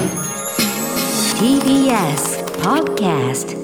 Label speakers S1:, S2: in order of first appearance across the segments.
S1: TBS Podcast。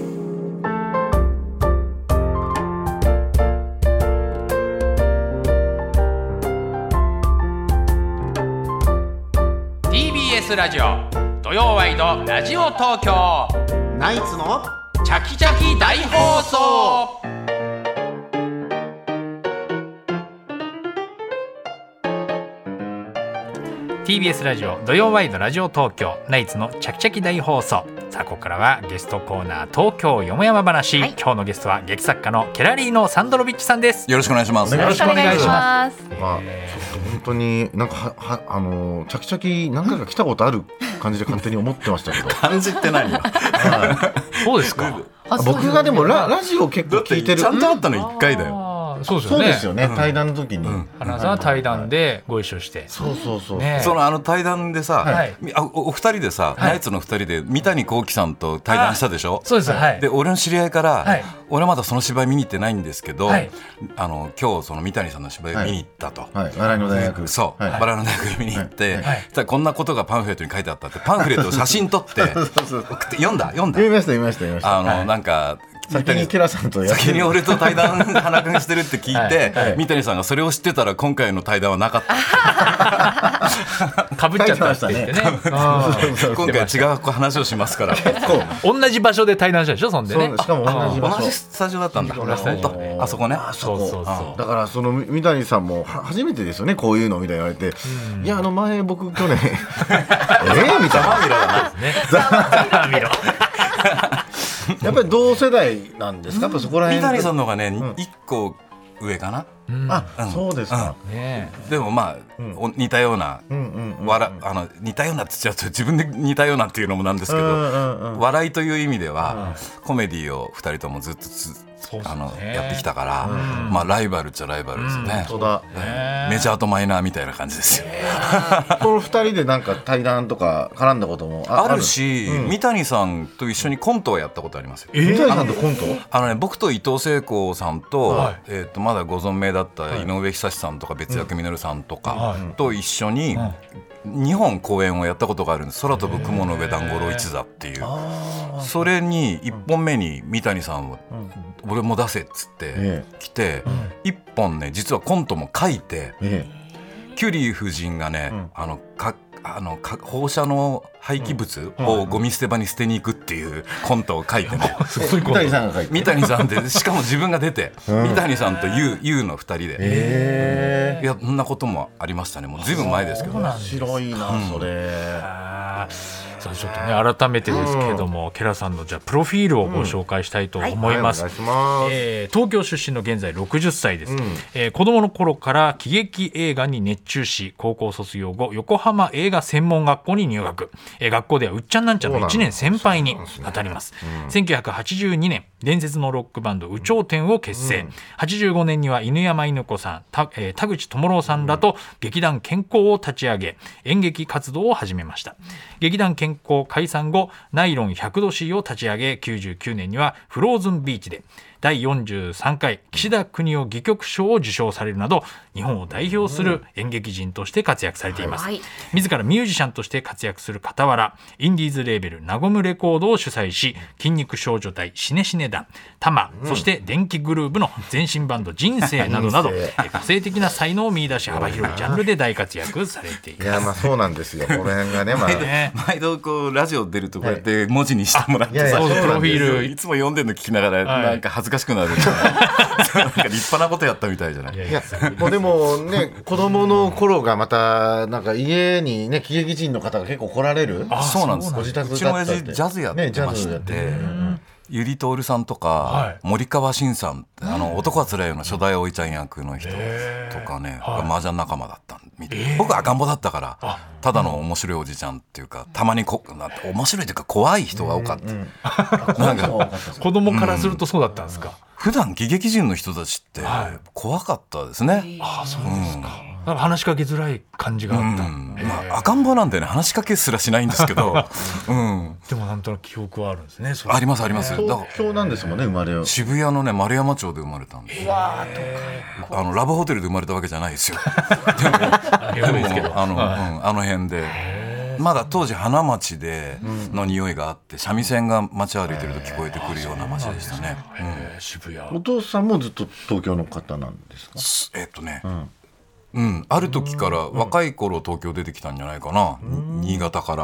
S2: TBS ラジオ土曜ワイドラジオ東京
S3: ナイツの
S2: チャキチャキ大放送。TBS ラジオ土曜ワイドラジオ東京ナイツのチャキチャキ大放送。さあここからはゲストコーナー東京よもやま話、今日のゲストは劇作家のケラリーノ・サンドロビッチさんです。
S4: よろしくお願いします。
S2: よろしくお願いします。
S3: ちょっと本当になんかチャキチャキ何回か来たことある感じで勝手に思ってましたけど
S4: 感じって何よ
S2: そうですか。
S3: 僕がでもラジオ結構聞いてる。
S4: ちゃんと会ったの1回だよ。
S3: そうですよね、対談の時に、
S2: 花さんは対談でご一緒して、
S3: そうそうそう、
S2: ね、
S4: その対談でさ、お二人でさ、ナイツの二人で三谷幸喜さんと対談したでしょ。
S2: そうです、はい。
S4: で俺の知り合いから、俺まだその芝居見に行ってないんですけど、今日その三谷さんの芝居見に行ったと、
S3: 笑いの大学、
S4: そう、笑いの大学見に行って、こんなことがパンフレットに書いてあったって、パンフレットを写真撮って送って読んだ
S3: 読みました
S4: なんか
S3: 先にケラさんと
S4: 先に俺と対談花君してるって聞いて、三谷さんがそれを知ってたら今回の対談はなかった
S2: かぶっちゃったって言ってね
S4: 今回違う話をしますから
S2: 同じ場所で対談したでしょ。そんでね、
S3: しかも同じ場所、
S4: 同じスタジオだったんだ。あそこね。
S2: そう
S3: だからその三谷さんも初めてですよね、こういうのみたいに言われて、いや前僕去年みたいな
S2: ザマミロ
S3: やっぱり同世代なんですか。やっぱそこら辺
S4: 三谷さんの方がね、1個上かな。
S3: そうですか。
S4: でもまあ似たような似たようなって言っちゃうと自分で似たようなっていうのもなんですけど、笑いという意味ではコメディを2人ともずっとやってきたから、まあライバルっちゃライバルですね。メジャーとマイナーみたいな感じですよ。
S3: この2人でなんか対談とか絡んだことも
S4: あるし、三谷さんと一緒にコントをやったことありますよ。
S3: 三谷さんとコント？
S4: 僕と伊藤聖子さんとまだご存命だった井上久志さんとか別役実さんとかと一緒に2本公演をやったことがあるんです。空飛ぶ雲の上団五郎一座っていう。それに1本目に三谷さんを俺も出せっつって来て、1本ね実はコントも書いて、キュリー夫人がね放射能廃棄物をゴミ捨て場に捨てに行くっていうコントを書いてね、
S3: 三谷さんが書いて、
S4: 三谷さんでしかも自分が出て、三谷さんとユウの2人で、いやそんなこともありましたね。もうずいぶん前ですけど。
S3: 面白いなそれ。
S2: ちょっとね改めてですけれども、ケラさんのじゃあプロフィールをご紹介したいと思います。東京出身の現在60歳です。子供の頃から喜劇映画に熱中し、高校卒業後横浜映画専門学校に入学。学校ではうっちゃんなんちゃんの1年先輩に当たります。1982年伝説のロックバンド有頂天を結成。85年には犬山犬子さん、田口智郎さんらと劇団健康を立ち上げ演劇活動を始めました。劇団健康解散後ナイロン100度 C を立ち上げ、99年にはフローズンビーチで第43回岸田邦夫戯曲賞を受賞されるなど、日本を代表する演劇人として活躍されています。自らミュージシャンとして活躍する傍ら、インディーズレーベルナゴムレコードを主催し、筋肉少女隊シネシネ団、タマ、そして電気グルーヴの前身バンド人生などなど個性的な才能を見出し、幅広いジャンルで大活躍されています。
S3: いやそうなんですよ。この辺がね、
S4: 毎度こうラジオ出るとこうやって文字にしてもらってさ、
S2: プロフィール
S4: いつも読んでるの聞きながらなんか恥ずかしくなるじゃないなんか立派なことやったみたいじゃない。
S3: もうでもね、子供の頃がまたなんか家にね喜劇人の方が結構来られる。
S4: そうなんです。
S3: ご自宅だ
S4: うちの親父ジャズやってまして、ゆりとおるさんとか森川新さん、男はつらいよの初代おいちゃん役の人とかね、麻雀仲間だったみたい。僕は赤ん坊だったからただの面白いおじちゃんっていうか、たまに面白いというか怖い人が多かった。なんか
S2: 子供からするとそうだったんですか。
S4: 普段喜劇人の人たちって怖かったですね。
S2: そうですか。なんか話しかけづらい感じがあった。
S4: 赤ん坊なんでね、話しかけすらしないんですけど
S2: でもなんとなく記憶はあるんですね。
S4: ありますあります。
S3: 東京なんですもんね、生まれは。
S4: 渋谷のね丸山町で生まれたんです。ラブホテルで生まれたわけじゃないですよ。でもあの辺で。 まだ当時花町での匂いがあって三味線が街歩いてると聞こえてくるような街でしたね。
S2: 渋谷。
S3: お父さんもずっと東京の方なんですか？
S4: ある時から若い頃東京出てきたんじゃないかな、新潟から。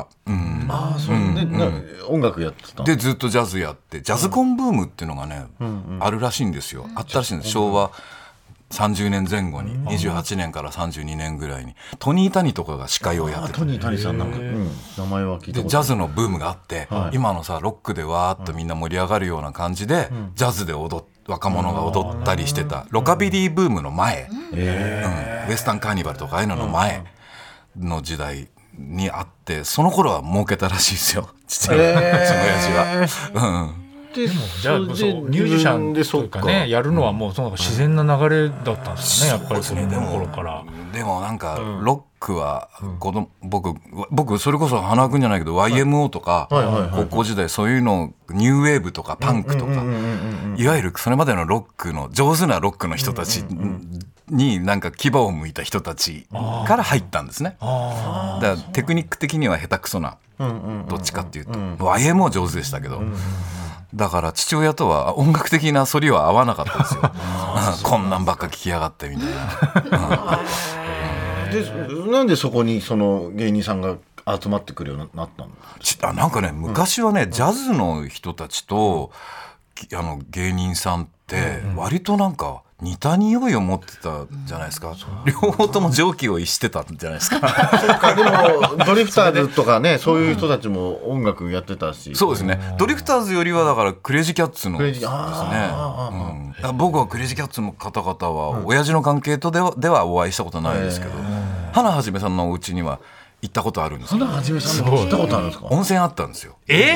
S3: 音楽やってた
S4: でずっとジャズやって、ジャズコンブームっていうのがね、あるらしいんですよ。あったらしいんです。昭和30年前後に、28年から32年ぐらいにトニー・タニとかが司会をやってて、
S3: トニー・タニさんなんか、名前は聞いたことある。
S4: でジャズのブームがあって、今のさロックでわーっとみんな盛り上がるような感じで、ジャズで若者が踊ったりしてたロカビリーブームの前、ウエスタンカーニバルとかああいうのの前の時代にあって、その頃は儲けたらしいですよ、父の親父は。
S2: でもじゃあミュージシャンというかね、やるのはもうその自然な流れだったんですかね、やっぱりその頃から。
S4: でもなんかロックは僕それこそ花君じゃないけど YMO とか高校時代そういうのニューウェーブとかパンクとか、いわゆるそれまでのロックの上手なロックの人たちになんか牙を向いた人たちから入ったんですね。だからテクニック的には下手くそな、どっちかっていうと YMO 上手でしたけど、だから父親とは音楽的な反りは合わなかったですよ。こんなんばっか聞きやがってみたいな。
S3: でなんでそこにその芸人さんが集まってくるようになったの？
S4: なんかね、昔はね、ジャズの人たちと芸人さんって割となんか似た匂いを持ってたじゃないですか。両方とも常軌を逸してたんじゃないですか。
S3: そうか、でもドリフターズとかね、そういう人たちも音楽やってたし。
S4: そうですね。ドリフターズよりはだからクレイジーキャッツのですね。僕はクレイジーキャッツの方々は親父の関係とではお会いしたことないですけど、花はじめさんのお家には行ったことあるんですよ。
S3: 花はじめさんの行ったことあるんですか？
S4: 温泉あったんですよ。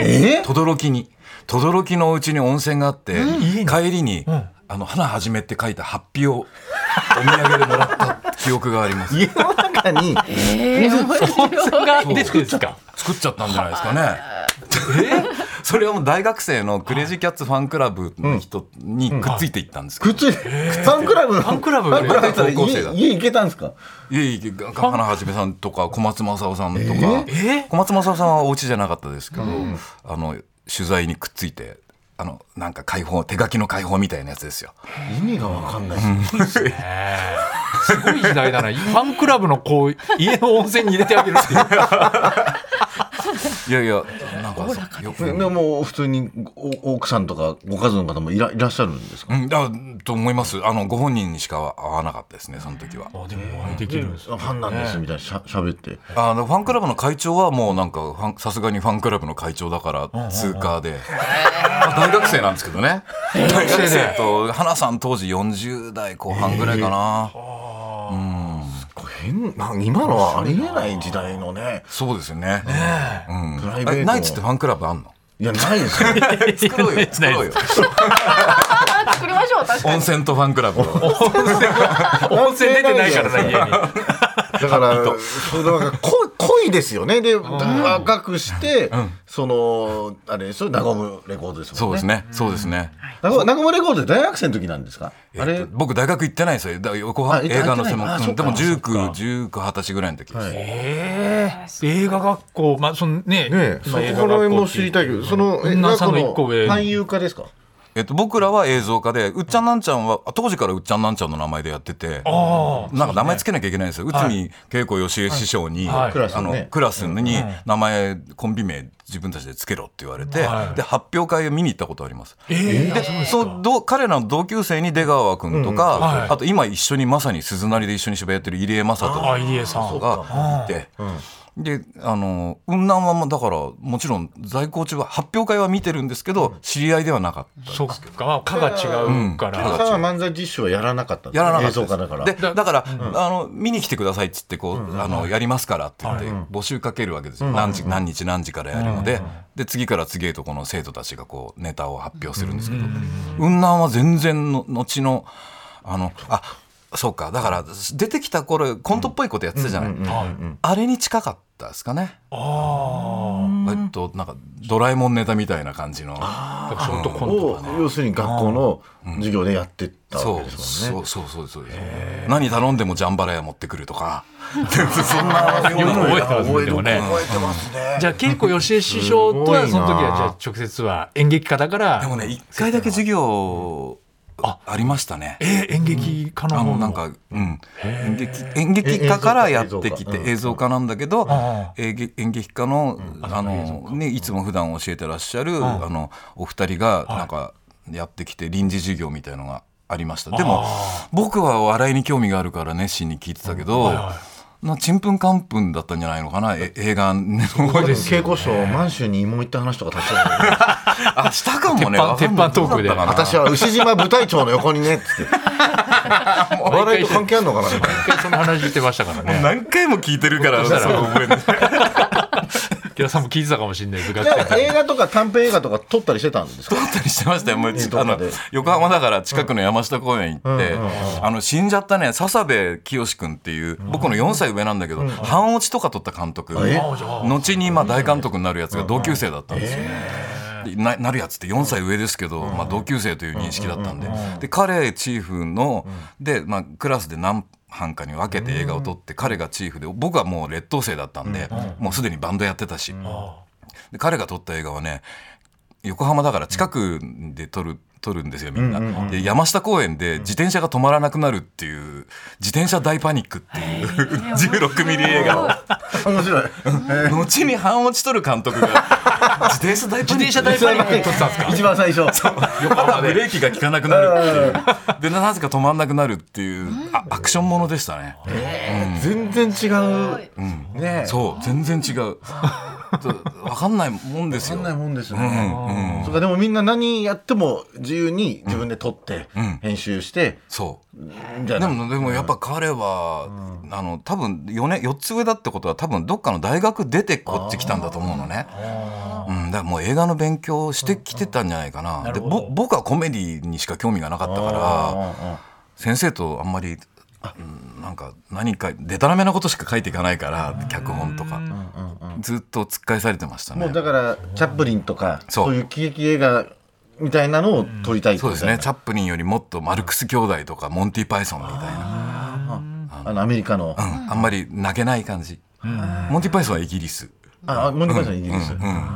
S4: 轟のお家に温泉があって、帰りに花はじめって書いたハッピーをお土産でもらった記憶があります。
S3: 家の中に
S2: 温泉が出てるんですか？
S4: 作っちゃったんじゃないですかね。それはもう大学生のクレイジーキャッツファンクラブの人にくっついていったんですけど、
S3: ファンクラブ家行けたんですか？
S4: 花はじめさんとか小松政夫さんとか、小松政夫さんはお家じゃなかったですけど、取材にくっついてなんか手書きの解放みたいなやつですよ。
S3: 意味が分かんない
S2: ですね。すごい時代だな。ファンクラブの家の温泉に入れてあげるっていう。
S4: いやいや、なんか
S3: でも普通に奥さんとかご家族の方もいらっしゃるんですか？
S4: と思います。ご本人にしか会わなかったですね、その時は。
S2: でもお会いできるんですね。
S3: ファンなんですみたいなしゃべって。
S4: ファンクラブの会長はもうなんかさすがにファンクラブの会長だから通過で、大学生なんですけどね。大学生と花さん当時40代後半ぐらいかな。
S3: 今のはありえない時代のね。
S4: そうですよね。ナイツってファンクラブあんの？
S3: いや、ないですよ。
S4: 作ろうよ。作り
S5: ましょう。確かに
S4: 温泉とファンクラブ。
S2: 温泉出てないからな、家に。
S3: だから濃いですよね。で若くしてあれそれナゴムレコードですもんね。
S4: そうですね。
S3: ナゴムレコードで大学生の時なんですか？
S4: 僕大学行ってないですよ。映画の専門。でも19、20歳ぐらいの時です。
S2: 映画学校、そこ
S3: の辺も知りたいけど、その俳優家ですか？
S4: 僕らは映像化で、うっちゃんなんちゃんは当時からうっちゃんなんちゃんの名前でやってて、なんか名前つけなきゃいけないんですよ。内海恵子義恵師匠にクラスに名前コンビ名自分たちでつけろって言われて、で発表会を見に行ったことあります。で彼らの同級生に出川君とか、あと今一緒にまさに鈴なりで一緒に芝居やってる入江雅人がいて。で雲南はだからもちろん在校中は発表会は見てるんですけど、知り合いではなかったんですけど。
S2: そっか、科が違うから。
S3: さんは漫才実習はやらなかったんです。映像化だから。
S4: だから見に来てくださいっつってやりますからって言って募集かけるわけですよ。何日何時からやるので、次から次へとこの生徒たちがネタを発表するんですけど、雲南は全然後のそうか、だから出てきた頃コントっぽいことやってたじゃない。あれに近かったですかね。なんかドラえもんネタみたいな感じのショ
S2: ートコントがね。
S3: 要するに学校の授業でやってったわけですもんね。
S4: そうです。何頼んでもジャンバラヤ持ってくるとか。 そんな
S2: よく覚えてますね。でもね。
S3: 覚えてますね。
S2: じゃあ稽古吉江師匠とはその時はじゃあ直接は演劇家だから。
S4: でもね1回だけ授業ありましたね。
S2: 演劇家の方の
S4: なんか、演劇家からやってきて映像家なんだけど、演劇家のね、いつも普段教えてらっしゃるお二人がなんかやってきて臨時授業みたいのがありました。でも僕は笑いに興味があるから熱心に聞いてたけど、ちんぷんかんぷんだったんじゃないのかな、映画ね。
S3: 稽古場満州に芋行った話とか立ち上
S4: あしたかもね。
S2: 鉄板トークで
S3: 私は牛島舞台長の横にねっつって笑いと関係あるのかな。
S2: 一回その話してましたからね。
S4: 何回も聞いてるからそう覚えてる。
S2: 木田さんも聞いてたかもしれない。
S3: 映画とか短編映画とか撮ったりしてたんですか？
S4: 撮ったりしてましたよ。もう横浜だから近くの山下公園行って、死んじゃったね笹部清君っていう僕の4歳上なんだけど、半落ちとか撮った監督、後に大監督になるやつが同級生だったんですよ。なるやつって4歳上ですけど、同級生という認識だったんで、彼チーフので、クラスで何班かに分けて映画を撮って、彼がチーフで僕はもう劣等生だったんで、もうすでにバンドやってたし、で彼が撮った映画はね、横浜だから近くで撮るんですよみんな。で山下公園で自転車が止まらなくなるっていう自転車大パニックっていう16ミリ映画を
S3: 面白い。
S4: 後に半落ち撮る監督が自転車大パニック
S2: 撮ってたんですか？
S3: 一番最初
S4: 横浜でブレーキが効かなくなるっていうでなぜか止まんなくなるっていうアクションものでしたね。
S3: 全然違うね。
S4: そう全然違う。分かんないもんですよ。
S3: 分かんないもんですよね。そうか、でもみんな何やっても自由に自分で撮って編集して、
S4: そうでもやっぱ彼は多分4つ上だってことは多分どっかの大学出てこっち来たんだと思うのね。だからもう映画の勉強してきてたんじゃないかな。で僕はコメディにしか興味がなかったから先生とあんまりなんか何かデタラメなことしか書いていかないから脚本とかずっと突っ返されてましたね。
S3: もうだからチャップリンとかそういう喜劇映画みたいなのを撮りたい。
S4: そうですね。チャップリンよりもっとマルクス兄弟とかモンティ・パイソンみたいな
S3: アメリカの
S4: あんまり泣けない感じ。モンティ・パイソンはイギリス。
S3: モンティ・パイソンはイギリス。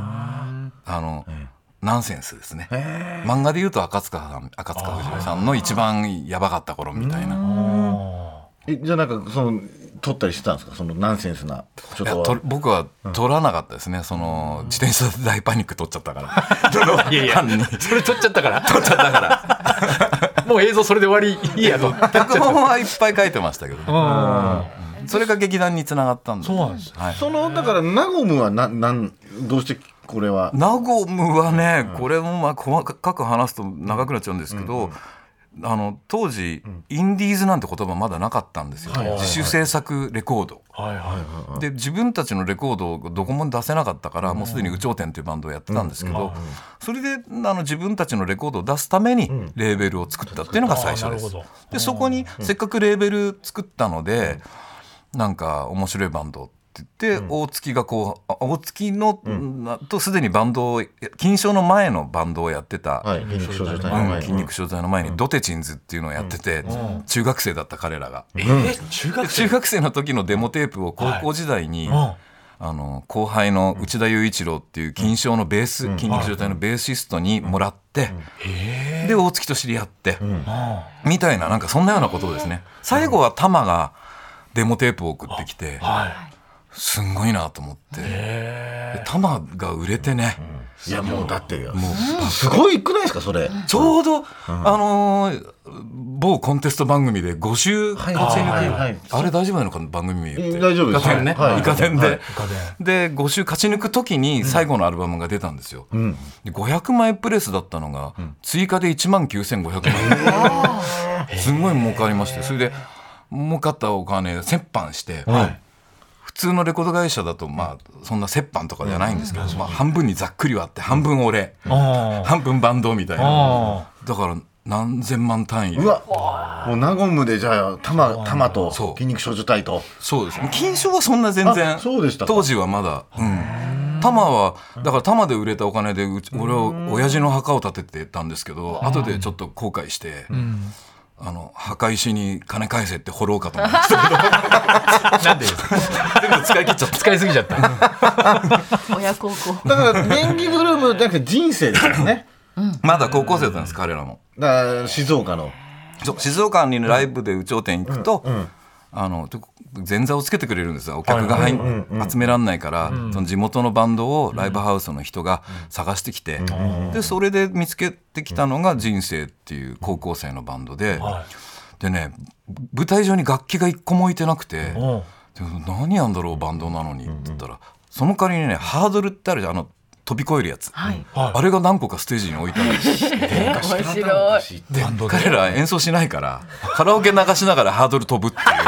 S4: ナンセンスですね。漫画でいうと赤塚不二夫さんの一番やばかった頃みたいな。
S3: じゃあなんか撮ったりしてたんですか、そのナンセンスなことは。
S4: 僕は撮らなかったですね。自転車で大パニック撮っちゃったから
S2: いやいやそれ撮っちゃったからもう映像それで終わりいいやと。
S4: 脚本はいっぱい書いてましたけど、それが劇団につながったんで。
S2: そうなんです。
S3: だからナゴムはどうしてこれは。
S4: ナゴムはね、これも細かく話すと長くなっちゃうんですけど、当時インディーズなんて言葉まだなかったんですよ。自主制作レコードで自分たちのレコードをどこも出せなかったから、もうすでに有頂天というバンドをやってたんですけど、それで自分たちのレコードを出すためにレーベルを作ったっていうのが最初です。でそこにせっかくレーベル作ったので、なんか面白いバンドって言って、大月が大月の、とすでにバンドを金賞の前のバンドをやってた、筋肉症状の前にドテチンズっていうのをやってて、中学生だった彼らが、中学生の時のデモテープを高校時代に、後輩の内田雄一郎っていう金賞のベース、筋肉状態のベーシストにもらって、で大月と知り合って、みたいな、なんかそんなようなことですね。最後はタマがデモテープを送ってきて、すんごいなと思って、タマが売れてね。
S3: いやもうだってもうすごいくないですかそれ。
S4: ちょうど某コンテスト番組で5週勝ち抜く、あれ大丈夫なのか番組名言って。
S3: 大丈夫です。
S4: イカ天で5週勝ち抜く時に最後のアルバムが出たんですよ。で500枚プレスだったのが追加で19,500枚、すごい儲かりまして、それで儲かったお金折半して、普通のレコード会社だとそんな折半とかじゃないんですけど、半分にざっくり割って半分俺、半分バンドみたいな、だから何千万単位で。
S3: うわ、もうナゴムでじゃあタマと筋肉少女隊と。
S4: そうです。金賞はそんな全然、当時はまだ、タマはだからタマで売れたお金で俺は親父の墓を建ててたんですけど、後でちょっと後悔して、 墓石に金返せって掘ろうかと思いましたけどなんでですか全部使い切っちゃった
S2: 使いすぎちゃった
S5: 親孝行
S3: だから電気グループじゃなくて人生ですよね
S4: まだ高校生だったんです彼らも。
S3: だから静岡の
S4: そう静岡にライブで有頂天行くと、前座をつけてくれるんですよ。お客が集めらんないから、その地元のバンドをライブハウスの人が探してきて、でそれで見つけてきたのが人生っていう高校生のバンドで、でね舞台上に楽器が一個も置いてなくて、で何やんだろうバンドなのにって言ったら、その代わりにねハードルってあるじゃん、飛び越えるやつ、あれが何個かステージに置いてあるんです
S5: 面白い。
S4: で彼ら演奏しないからカラオケ流しながらハードル飛ぶっていう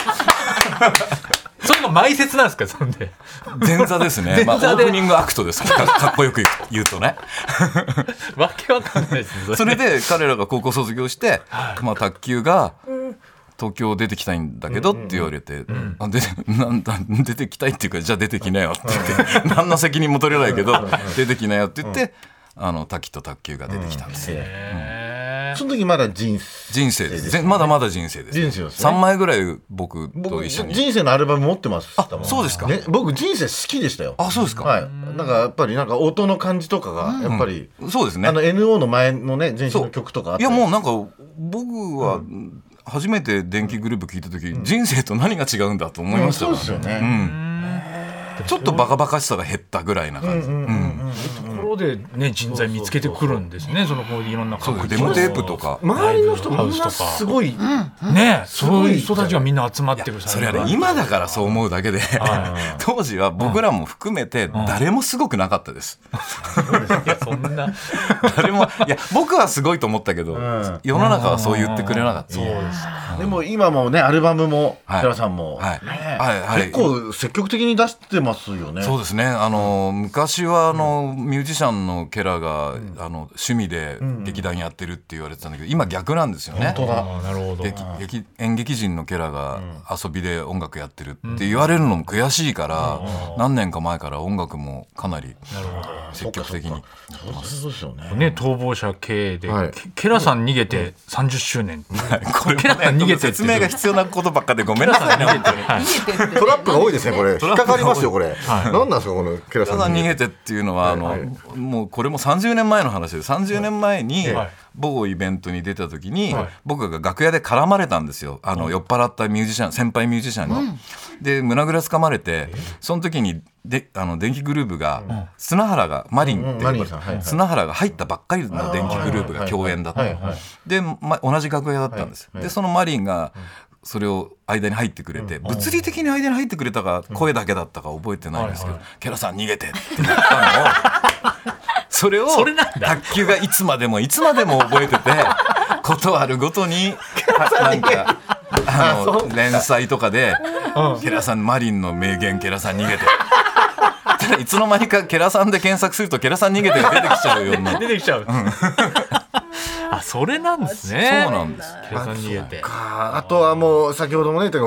S2: それが埋設なんですか？そんで
S4: 前座ですね、オープニングアクトですかっこよく言うとね
S2: わけわかんないですね。
S4: それで彼らが高校卒業して、卓球が東京出てきたいんだけどって言われて、出てきたいっていうかじゃあ出てきなよって言って何の責任も取れないけど出てきなよって言って、滝と卓球が出てきたんですよ。
S3: その時まだ人生
S4: ですまだまだ人生です。
S3: 人生ですね。
S4: 3枚ぐらい僕と一緒に。
S3: 人生のアルバム持ってます。
S4: そうですか、
S3: ね、僕人生好きでしたよ。
S4: そうですか。
S3: はい。なんかやっぱり音の感じとかがやっぱり、
S4: そうですね。
S3: NO の前のね前身の曲とかあって、
S4: いやもうなんか僕は初めて電気グループ聞いた時、人生と何が違うんだと思いました。
S3: そうですよね。
S4: ちょっとバカバカしさが減ったぐらいな感じ。
S2: ところでね人材見つけてくるんですね。そのいろんな
S4: そうデモテープとか
S3: 周りの人みんなすごい
S2: ね、そういう人たちがみんな集まってくる。
S4: それはね今だからそう思うだけで当時は僕らも含めて誰もすごくなかったです。
S2: いやそんな
S4: 誰もいや僕はすごいと思ったけど、世の中はそう言ってくれなかった。そうです。
S3: でも今もねアルバムも寺さんも結構積極的に出してますよね。
S4: そうですね。昔はミュージシャンのケラが趣味で劇団やってるって言われてたんだけど、今逆なんですよね。
S3: 本当だ。
S2: なるほど。
S4: 演劇人のケラが遊びで音楽やってるって言われるのも悔しいから、何年か前から音楽もかなり積極的にやってます。
S3: そうですよね。
S2: ね逃亡者系でケラさん逃げて30周年。
S4: これ
S2: ケラさん逃げて
S4: 説明が必要なことばっかでごめんなさいね。
S3: トラップが多いですねこれ。引っかかりますよこれ。何なんですかこのケラさん
S4: 逃げてっていうのはもうこれも30年前の話で、30年前に某イベントに出た時に僕が楽屋で絡まれたんですよ。酔っ払ったミュージシャン先輩ミュージシャンに。で胸ぐらつかまれて、その時に電気グループが砂原がマリンって砂原が入ったばっかりの電気グループが共演だった。で同じ楽屋だったんです。でそのマリンがそれを間に入ってくれて、物理的に間に入ってくれたか声だけだったか覚えてないんですけど、ケラさん逃げてって言ったのをそれを卓球がいつまでも覚えてて、ことあるごとになんか連載とかでケラさんマリンの名言ケラさん逃げていつの間にかケラさんで検索するとケラさん逃げてが出てきちゃうような
S2: 出てきちゃう。それなんですね。
S4: そうなんです。
S2: ケラさん逃げて。
S3: あとはもう先ほどもね言った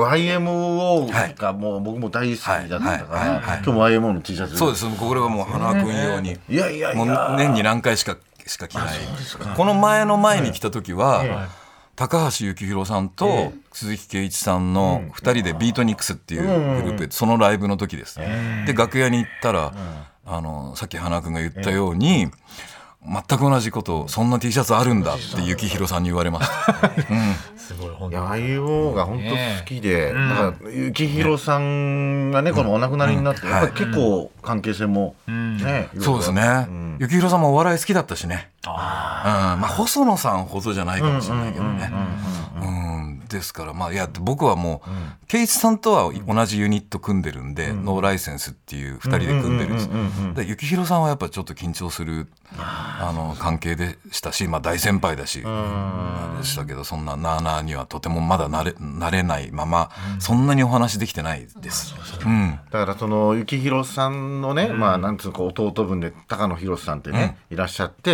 S3: YMO がもう僕も大好きだったから今日も YMO の T シャツ。
S4: そうです。これはもう花君用に
S3: いや
S4: もう年に何回しか着ない。この前に来た時は高橋幸宏さんと鈴木圭一さんの2人でビートニックスっていうグループでそのライブの時です。で楽屋に行ったらさっき花君が言ったように全く同じことをそんな T シャツあるんだって幸宏さんに言われました。
S2: すごい本当に。
S3: YMO が本当好きで、幸宏さんがねこのお亡くなりになってやっぱり結構関係性もね。
S4: そうですね。幸宏さんもお笑い好きだったしね。細野さんほどじゃないかもしれないけどね。ですからいや僕はもう圭一さんとは同じユニット組んでるんで、ノーライセンスっていう2人で組んでるんです。で幸宏さんはやっぱちょっと緊張する関係でしたし、大先輩だしでしたけど、そんななあなあにはとてもまだなれないまま、そんなにお話できてないです。
S3: だからその幸宏さんのね、なんつうか弟分で高野宏さんってね、いらっしゃって、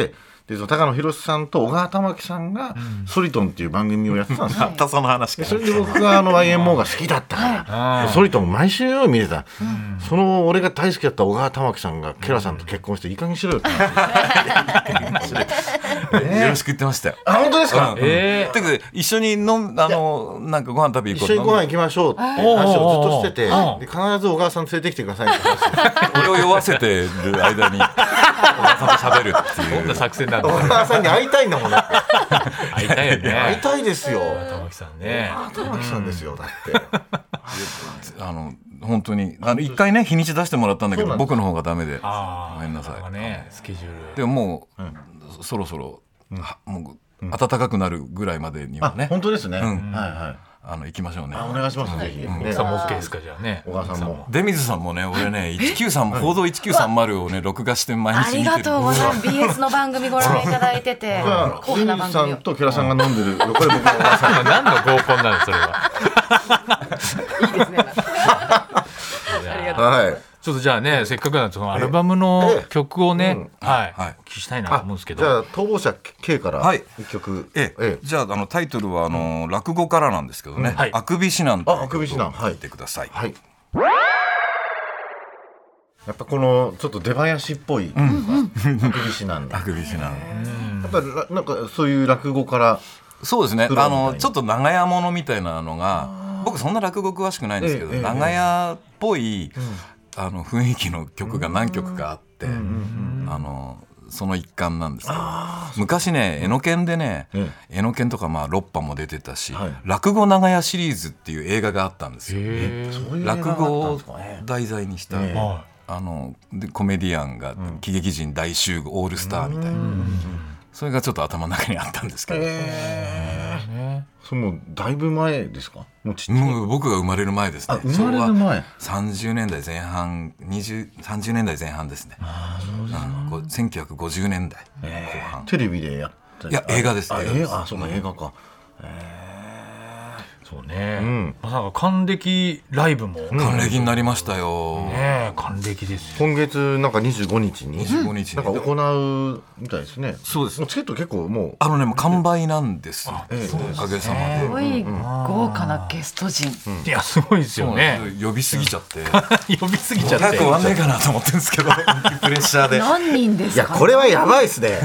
S3: でその高野博さんと小川玉木さんがソリトンっていう番組をやってたんですよ。
S4: またその話か。
S3: それで僕がYMO が好きだったからソリトン毎週のように見てた。その俺が大好きだった小川玉木さんがケラさんと結婚していい加減にしろよって話。
S4: よろしく言ってましたよ。
S3: あ、本当ですか。
S4: てか一緒になんかご飯食べ行こう。
S3: 一緒にご飯行きましょうって話をずっとしてて、で必ず小川さん連れてきてくださいって話。
S4: 俺を酔わせてる間に小川さんと喋るっていう。
S2: どんな作戦なんだ。
S3: 小川さんに会いたいんだもんね。
S2: 会いたいよね。
S3: 会いたいですよ。
S2: 玉木さんね。
S3: 玉木さんですよ。だって
S4: 本当に一回ね日にち出してもらったんだけど僕の方がダメでごめんなさい。
S2: ね、スケジュール。
S4: でももうそろそろもう暖かくなるぐらいまでにはね。
S3: 本当ですね。はいはい。
S4: 行きましょうね。
S3: お願いします。ぜひ。
S2: 奥さんも OK ですか、じゃあね。
S3: 小川さんも。
S4: 出水さんもね、俺ね、報道1930をね、録画して毎日見てる。
S5: ありがとうございます。BS の番組ご覧いただいてて、
S3: 出水さんとケラさんが飲んでる。これ僕の小川さん。
S2: 何の合コンなのそれは。
S5: いいですね。ありがとう。
S3: はい。
S2: ちょっとじゃあね、せっかくなんでそのアルバムの曲をね、はい、お聞きしたいなと思うんですけど。
S3: じゃあ逃亡者 K から一曲。
S4: じゃあタイトルは落語からなんですけどね、あくび指南という曲を聴いてください。
S3: はい。やっぱこのちょっと出囃子っぽいあくび指南だ。
S4: あくび指南。
S3: やっぱりなんかそういう落語から。
S4: そうですね。ちょっと長屋ものみたいなのが、僕そんな落語詳しくないんですけど、長屋っぽい雰囲気の曲が何曲かあって、その一環なんですけど、昔ね江ノ県でね、江ノ県とか6波も出てたし、落語長屋シリーズっていう映画があったんですよ。落語を題材にしたでコメディアンが喜劇人大集合オールスターみたいな、それがちょっと頭の中にあったんですけど、
S3: それもだいぶ前ですか？も
S4: う僕が生まれる前ですね。
S3: 生まれる前。
S4: 30年代前半、30年代前半ですね。1950年代後半。
S3: テレビでやった。
S4: いや映画です。
S3: そうか映画か。
S2: そうね。まさか還暦ライブも
S4: 還暦になりましたよ。
S2: ね、還暦です
S3: よ。今月なんか25日になんか行うみたいですね。
S4: そうです。
S3: チケット結構も
S4: うもう完売なんです。おかげさまで。
S5: すごい豪華なゲスト陣。
S2: いやすごいですよね。
S4: 呼びすぎちゃって。
S2: 呼びすぎちゃって。
S4: 早く終わんねえかなと思ってるんですけど、プレッシャーで。
S5: 何人ですか？
S3: いやこれはやばいですね。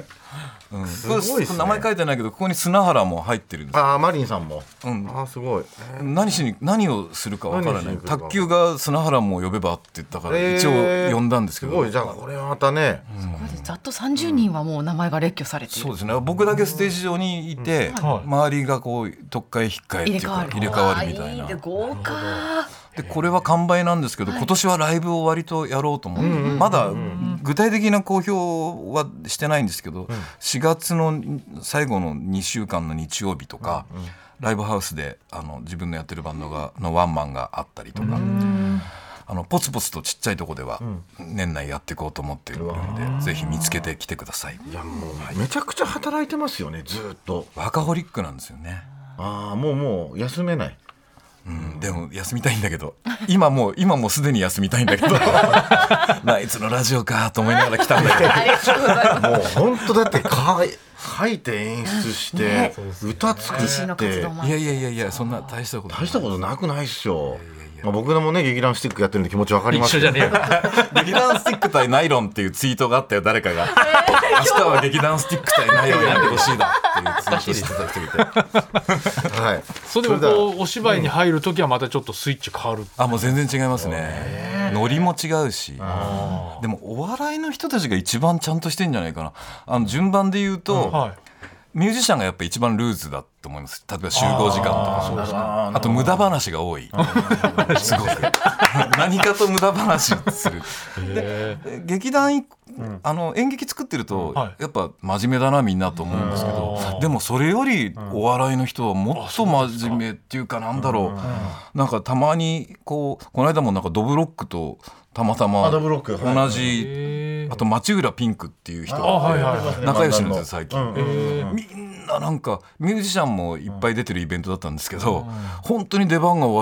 S4: 名前書いてないけどここに砂原も入ってるんです。
S3: マリンさんも。すごい。
S4: 何をするかわからない。卓球が砂原も呼べばって言ったから一応呼んだんですけど。
S3: すごい。じゃあこれはまたね。
S5: ざっと30人はもう名前が列挙されている。
S4: そうですね。僕だけステージ上にいて、周りがこう特会引っかえっていうか入れ替わるみたいな。
S5: 豪華。
S4: でこれは完売なんですけど、今年はライブを割とやろうと思って、まだ具体的な公表はしてないんですけど、4月の最後の2週間の日曜日とか、ライブハウスで自分のやってるバンドのワンマンがあったりとか、ポツポツとちっちゃいとこでは年内やっていこうと思っているので、ぜひ見つけてきてください。
S3: いやもうめちゃくちゃ働いてますよね、ずっと。
S4: ワーカホリックなんですよね。
S3: もう休めない。
S4: でも休みたいんだけど、今もうすでに休みたいんだけどナイツのラジオかと思いながら来たんだけど
S5: ありがとうございます。
S3: もう本当だって書いて演出して歌作って
S4: いやそんな大したこと
S3: なくないっすよ。僕らもね劇団スティックやってるんで気持ちわかります。
S2: 一緒じゃねえよ。
S4: 劇団スティック対ナイロンっていうツイートがあったよ、誰かが。明日は劇団スティック対ナイロンやってほしいだっていうツイートしてた人いて。
S2: はい。それでもこうお芝居に入るときはまたちょっとスイッチ変わる。
S4: もう全然違いますね。ノリも違うし。でもお笑いの人たちが一番ちゃんとしてんじゃないかな。順番で言うと。ミュージシャンがやっぱ一番ルーズだと思います。例えば集合時間とか、あと無駄話が多い。すごく何かと無駄話する。で劇団演劇作ってるとやっぱ真面目だなみんなと思うんですけど、でもそれよりお笑いの人はもっと真面目っていうか、なんだろう、なんかたまにこの間もなんかドブロックとたまたま同じ、あと町浦ピンクっていう人が仲良しなんですよ最近。みんななんかミュージシャンもいっぱい出てるイベントだったんですけど、本当に出番が終わると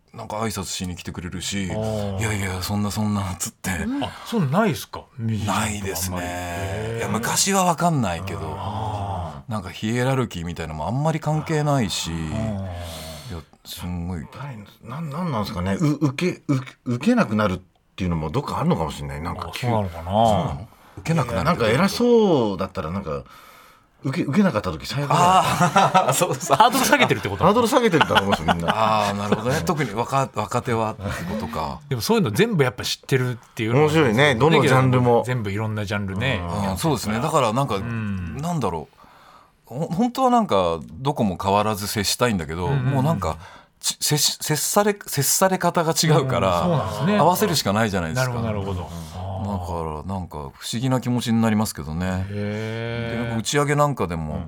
S4: なんか挨拶しに来てくれるし、いやいやそんなっつって、
S2: そうないですか？
S4: ないですね。いや昔は分かんないけど、なんかヒエラルキーみたいなのもあんまり関係ないし、いやすごい
S3: なんなんですかね、受けなくなるっていうのもどっかあるのかもしれない。なんか
S2: そうなのかな。
S4: 受けなくなる。
S3: なんか偉そうだったらなんか受けなかった時最悪だよ。
S4: そうそう、
S2: ハードル下げてるってこと
S3: ハードル下げてると思いますみんな。
S4: なるほどね。特に若手はってことか。
S2: でもそういうの全部やっぱ知ってるっていうの
S3: 面白いね。どのジャンルも
S2: 全部いろんなジャンルね。
S4: そうですね。だからなんか、なんだろう、本当はなんかどこも変わらず接したいんだけど、もうなんか接され方が違うから、
S2: そうなんですね。
S4: 合わせるしかないじゃないですか。
S2: なるほど。
S4: だからなんか不思議な気持ちになりますけどね。で打ち上げなんかでも、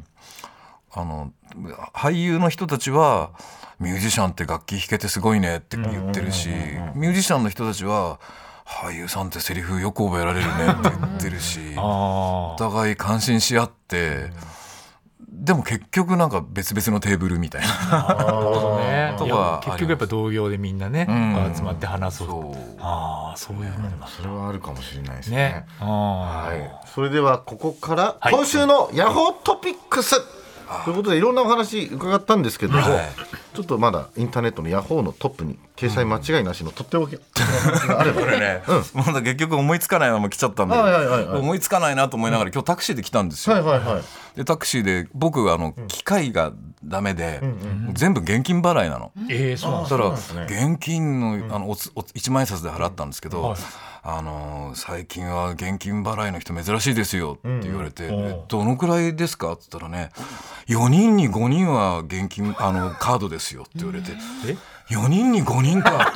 S4: 俳優の人たちはミュージシャンって楽器弾けてすごいねって言ってるし、ミュージシャンの人たちは俳優さんってセリフよく覚えられるねって言ってるし、お互い感心し合って、でも結局なんか別々のテーブルみたいな。
S2: なるほどね。
S4: とか
S2: 結局やっぱ同業でみんなね、集まって話す。そういうもんだ。
S3: それはあるかもしれないですね。
S2: はい。
S3: それではここから今週のヤホートピックスということで、いろんなお話伺ったんですけども、ちょっとまだインターネットのヤホーのトップに掲載間違いなしのとっておきがあれば、
S4: これね、まだ結局思いつかないまま来ちゃったんで、思いつかないなと思いながら今日タクシーで来たんですよ。でタクシーで僕機械がダメで、全部現金払いなの。そしたら現金の1万円札で払ったんですけど、最近は現金払いの人珍しいですよって言われて、どのくらいですかって言ったらね、4人に5人は現金カードですよって言われて、4人に5人か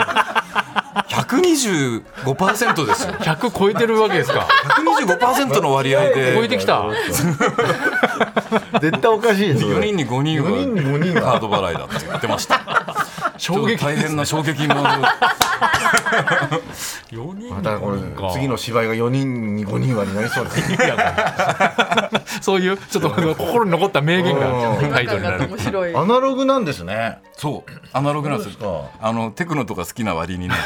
S4: 125% ですよ。
S2: 100超えてるわけですか。
S4: 125% の割合で
S2: 超えてきた。
S3: 絶対おかしいです。
S4: 4人に5人はカード払いだって言ってました。
S2: 衝撃、
S4: 大変な衝撃の
S2: 4人
S3: またこれ次の芝居が4人に5人はになりそうです。
S2: そういうちょっと心に残った名言がタイトルになる。
S5: 面白い。
S3: アナログなんですね。
S4: そうアナログなんですよ。テクノとか好きな割にね。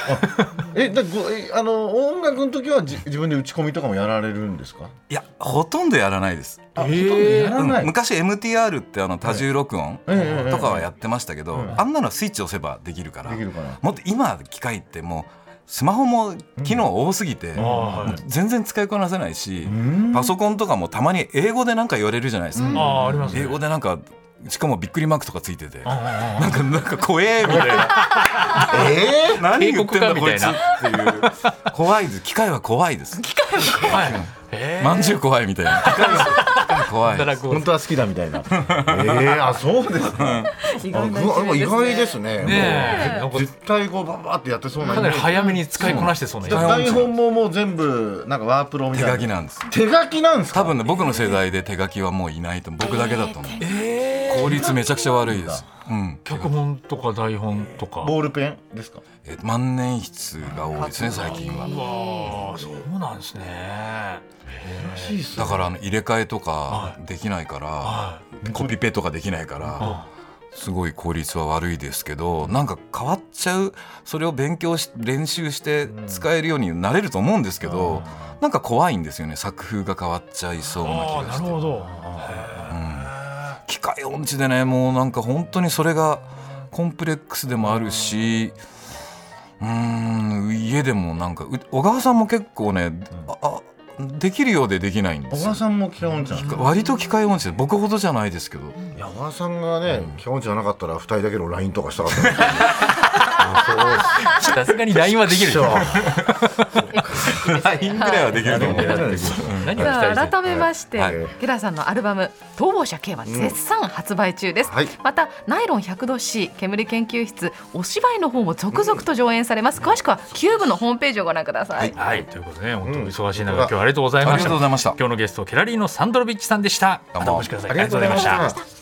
S3: 音楽の時は自分で打ち込みとかもやられるんですか？
S4: いやほとんどやらないです。昔 MTR って多重録音とかはやってましたけど、あんなのスイッチ押せばできるから、もっと今機械ってもうスマホも機能多すぎて、全然使いこなせないし、パソコンとかもたまに英語でなんか言われるじゃないですか。英語でなんかしかもびっくりマークとかついてて、なんか怖えみたいな何言ってんだこいつっていう。怖いです。機械は怖いです。まんじゅう怖いみたいな。機械は怖い。
S3: 本当は好きだみたいな。そうですか。意外ですね。絶対こうバンバーってやってそうな。
S2: かなり早めに使いこなしてそうな。
S3: 台本ももう全部なんかワープロみたいな。
S4: 手書きなんです。
S3: 手書きなんですか？
S4: 多分ね、僕の世代で手書きはもういないと僕だけだと思う。効率めちゃくちゃ悪いです。
S2: 脚本とか台本とか
S3: ボールペンですか？
S4: 万年筆が多いですね最近は。
S2: そうなんですね。
S4: だから入れ替えとかできないから、コピペとかできないから、すごい効率は悪いですけど、なんか変わっちゃう。それを練習して使えるようになれると思うんですけど、なんか怖いんですよね。作風が変わっちゃいそうな気がして。
S2: なるほど。
S4: 機械音痴でね、もうなんか本当にそれがコンプレックスでもあるし、家でもなんか小川さんも結構ね、できるようでできないんですよ。
S3: 小川さんも機械音痴なんですか？
S4: 割と機械音痴で、僕ほどじゃないですけど。
S3: いや、小川さんがね、機械音痴じゃなかったら2人だけの LINE とかしたかったんですよ。
S2: さすがに LINE はできるでしょ。
S4: LINE ぐらいはできると思う。
S5: 改めまして、ゲラさんのアルバム逃亡者 K は絶賛発売中です。またナイロン 100°C 煙研究室お芝居の方も続々と上演されます。詳しくはキューブのホームページをご覧ください。
S2: はい、ということでね、本当に忙しい中、今日はありがとうございました。
S4: ありがとうございました。
S2: 今日のゲストケラリーノ・サンドロビッチさんでした。またお越しください。ありがとうございました。